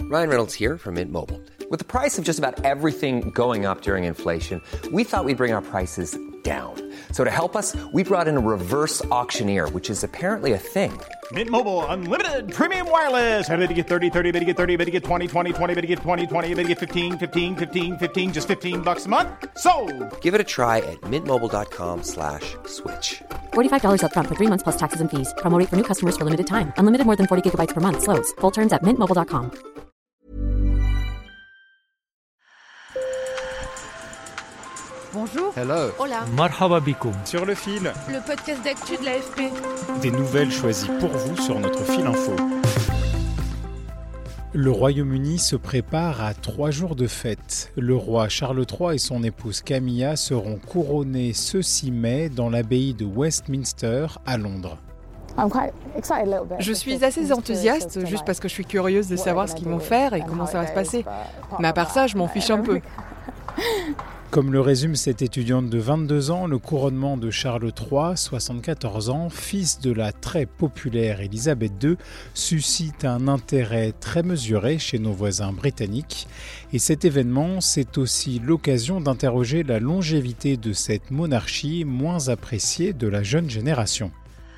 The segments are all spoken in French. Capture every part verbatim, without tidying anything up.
Ryan Reynolds here from Mint Mobile. With the price of just about everything going up during inflation, we thought we'd bring our prices down. So to help us, we brought in a reverse auctioneer, which is apparently a thing. Mint Mobile Unlimited Premium Wireless. How to get thirty, thirty, how to get thirty, how to get twenty, twenty, twenty, how to get twenty, twenty, how to get fifteen, fifteen, fifteen, fifteen, just fifteen bucks a month? Sold! Give it a try at mintmobile.com slash switch. forty-five dollars up front for three months plus taxes and fees. Promo rate for new customers for limited time. Unlimited more than forty gigabytes per month. Slows full terms at mint mobile dot com. Bonjour. Hello. Hola. Marhaba bikoum. Sur le fil. Le podcast d'actu de l'A F P. Des nouvelles choisies pour vous sur notre fil info. Le Royaume-Uni se prépare à trois jours de fête. Le roi Charles trois et son épouse Camilla seront couronnés ce six mai dans l'abbaye de Westminster à Londres. Je suis assez enthousiaste juste parce que je suis curieuse de savoir ce qu'ils vont faire et comment ça va se passer. Mais à part ça, je m'en fiche un peu. Comme le résume cette étudiante de vingt-deux ans, le couronnement de Charles trois, soixante-quatorze ans, fils de la très populaire Élisabeth deux, suscite un intérêt très mesuré chez nos voisins britanniques. Et cet événement, c'est aussi l'occasion d'interroger la longévité de cette monarchie moins appréciée de la jeune génération.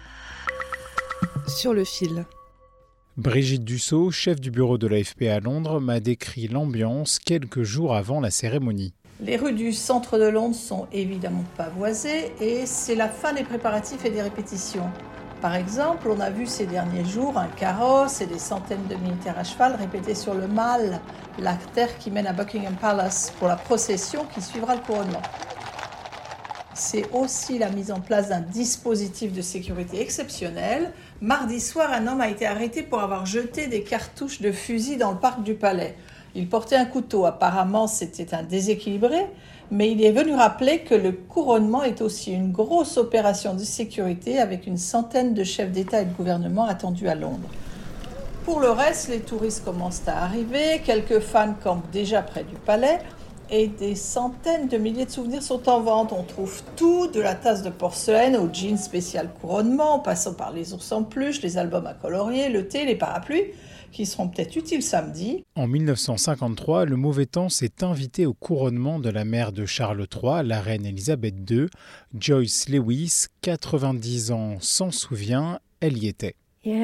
Sur le fil. Brigitte Dussault, chef du bureau de l'A F P à Londres, m'a décrit l'ambiance quelques jours avant la cérémonie. Les rues du centre de Londres sont évidemment pavoisées et c'est la fin des préparatifs et des répétitions. Par exemple, on a vu ces derniers jours un carrosse et des centaines de militaires à cheval répéter sur le Mall, l'artère qui mène à Buckingham Palace, pour la procession qui suivra le couronnement. C'est aussi la mise en place d'un dispositif de sécurité exceptionnel. Mardi soir, un homme a été arrêté pour avoir jeté des cartouches de fusil dans le parc du Palais. Il portait un couteau, apparemment c'était un déséquilibré, mais il est venu rappeler que le couronnement est aussi une grosse opération de sécurité avec une centaine de chefs d'État et de gouvernement attendus à Londres. Pour le reste, les touristes commencent à arriver, quelques fans campent déjà près du palais et des centaines de milliers de souvenirs sont en vente. On trouve tout, de la tasse de porcelaine au jean spécial couronnement, en passant par les ours en peluche, les albums à colorier, le thé, les parapluies, qui seront peut-être utiles samedi. En dix-neuf cent cinquante-trois, le mauvais temps s'est invité au couronnement de la mère de Charles trois, la reine Élisabeth deux. Joyce Lewis, quatre-vingt-dix ans, s'en souvient, elle y était.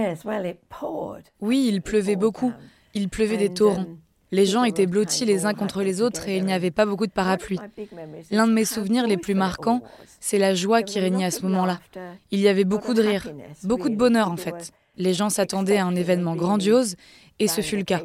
Oui, il pleuvait beaucoup. Il pleuvait des torrents. Les gens étaient blottis les uns contre les autres et il n'y avait pas beaucoup de parapluies. L'un de mes souvenirs les plus marquants, c'est la joie qui régnait à ce moment-là. Il y avait beaucoup de rire, beaucoup de bonheur en fait. Les gens s'attendaient à un événement grandiose et ce fut le cas.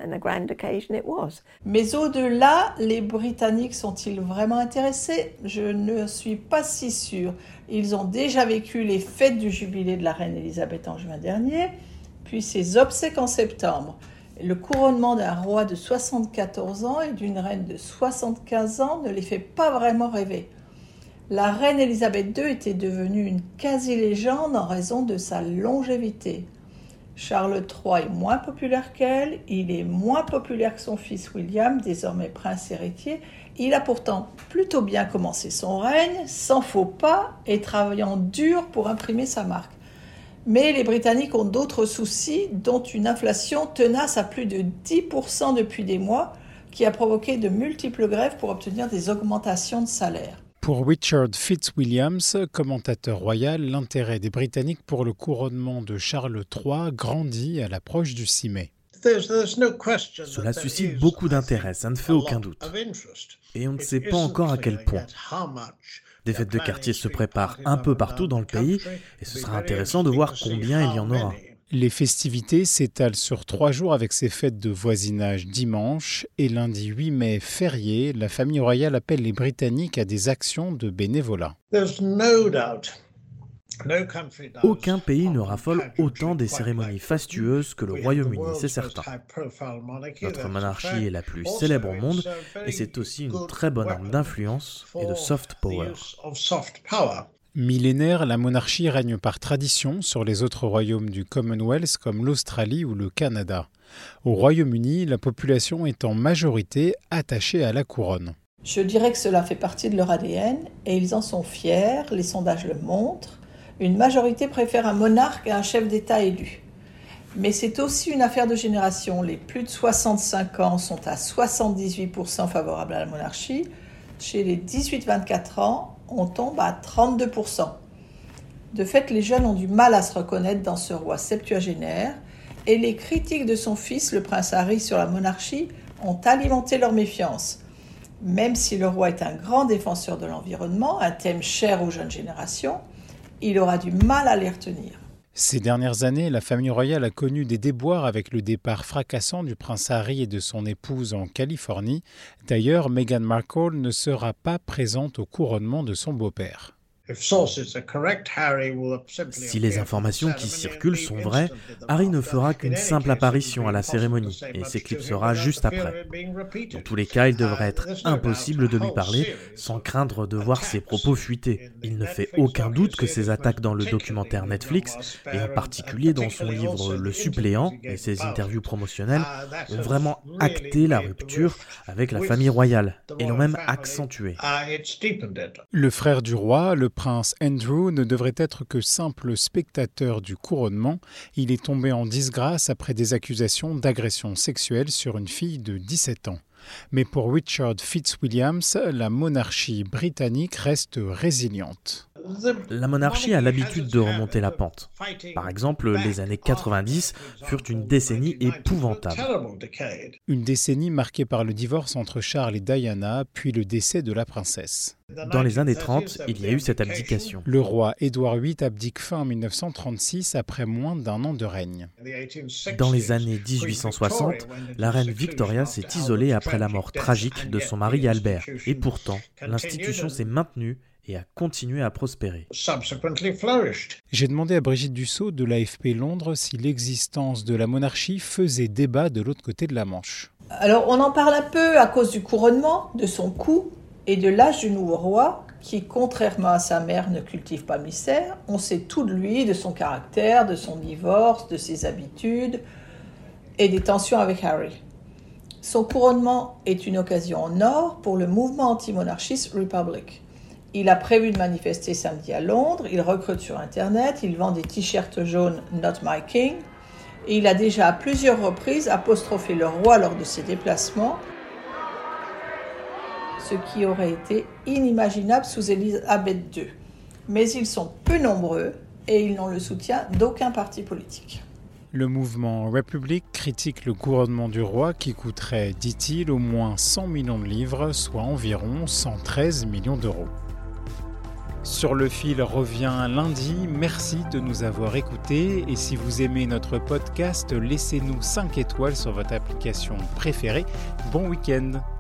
Mais au-delà, les Britanniques sont-ils vraiment intéressés ? Je ne suis pas si sûre. Ils ont déjà vécu les fêtes du jubilé de la reine Élisabeth en juin dernier, puis ses obsèques en septembre. Le couronnement d'un roi de soixante-quatorze ans et d'une reine de soixante-quinze ans ne les fait pas vraiment rêver. La reine Élisabeth deux était devenue une quasi-légende en raison de sa longévité. Charles trois est moins populaire qu'elle, il est moins populaire que son fils William, désormais prince héritier. Il a pourtant plutôt bien commencé son règne, sans faux pas et travaillant dur pour imprimer sa marque. Mais les Britanniques ont d'autres soucis, dont une inflation tenace à plus de dix pour cent depuis des mois, qui a provoqué de multiples grèves pour obtenir des augmentations de salaire. Pour Richard Fitzwilliams, commentateur royal, l'intérêt des Britanniques pour le couronnement de Charles trois grandit à l'approche du six mai. Cela suscite beaucoup d'intérêt, ça ne fait aucun doute. Et on ne sait pas encore à quel point. Des fêtes de quartier se préparent un peu partout dans le pays et ce sera intéressant de voir combien il y en aura. Les festivités s'étalent sur trois jours avec ces fêtes de voisinage dimanche et lundi huit mai férié, la famille royale appelle les Britanniques à des actions de bénévolat. Aucun pays ne raffole autant des cérémonies fastueuses que le Royaume-Uni, c'est certain. Notre monarchie est la plus célèbre au monde et c'est aussi une très bonne arme d'influence et de soft power. Millénaire, la monarchie règne par tradition sur les autres royaumes du Commonwealth comme l'Australie ou le Canada. Au Royaume-Uni, la population est en majorité attachée à la couronne. Je dirais que cela fait partie de leur A D N et ils en sont fiers, les sondages le montrent. Une majorité préfère un monarque à un chef d'État élu. Mais c'est aussi une affaire de génération. Les plus de soixante-cinq ans sont à soixante-dix-huit pour cent favorables à la monarchie. Chez les dix-huit vingt-quatre ans, on tombe à trente-deux pour cent. De fait, les jeunes ont du mal à se reconnaître dans ce roi septuagénaire et les critiques de son fils, le prince Harry, sur la monarchie ont alimenté leur méfiance. Même si le roi est un grand défenseur de l'environnement, un thème cher aux jeunes générations, il aura du mal à les retenir. Ces dernières années, la famille royale a connu des déboires avec le départ fracassant du prince Harry et de son épouse en Californie. D'ailleurs, Meghan Markle ne sera pas présente au couronnement de son beau-père. Si les informations qui circulent sont vraies, Harry ne fera qu'une simple apparition à la cérémonie et s'éclipsera juste après. Dans tous les cas, il devrait être impossible de lui parler sans craindre de voir ses propos fuiter. Il ne fait aucun doute que ses attaques dans le documentaire Netflix, et en particulier dans son livre Le Suppléant et ses interviews promotionnelles, ont vraiment acté la rupture avec la famille royale et l'ont même accentuée. Le frère du roi, le prince Andrew, ne devrait être que simple spectateur du couronnement. Il est tombé en disgrâce après des accusations d'agression sexuelle sur une fille de dix-sept ans. Mais pour Richard Fitzwilliams, la monarchie britannique reste résiliente. La monarchie a l'habitude de remonter la pente. Par exemple, les années quatre-vingt-dix furent une décennie épouvantable. Une décennie marquée par le divorce entre Charles et Diana, puis le décès de la princesse. Dans les années trente, il y a eu cette abdication. Le roi Édouard huit abdique fin mille neuf cent trente-six après moins d'un an de règne. Dans les années dix-huit cent soixante, la reine Victoria s'est isolée après la mort tragique de son mari Albert. Et pourtant, l'institution s'est maintenue et a continué à prospérer. J'ai demandé à Brigitte Dussault de l'A F P Londres si l'existence de la monarchie faisait débat de l'autre côté de la Manche. Alors on en parle un peu à cause du couronnement, de son coût et de l'âge du nouveau roi qui, contrairement à sa mère, ne cultive pas le mystère. On sait tout de lui, de son caractère, de son divorce, de ses habitudes et des tensions avec Harry. Son couronnement est une occasion en or pour le mouvement anti-monarchiste Republic. Il a prévu de manifester samedi à Londres, il recrute sur Internet, il vend des t-shirts jaunes « Not my king » et il a déjà à plusieurs reprises apostrophé le roi lors de ses déplacements, ce qui aurait été inimaginable sous Élisabeth deux. Mais ils sont peu nombreux et ils n'ont le soutien d'aucun parti politique. Le mouvement Republic critique le couronnement du roi qui coûterait, dit-il, au moins cent millions de livres, soit environ cent treize millions d'euros. Sur le fil revient lundi. Merci de nous avoir écoutés et si vous aimez notre podcast, laissez-nous cinq étoiles sur votre application préférée. Bon week-end!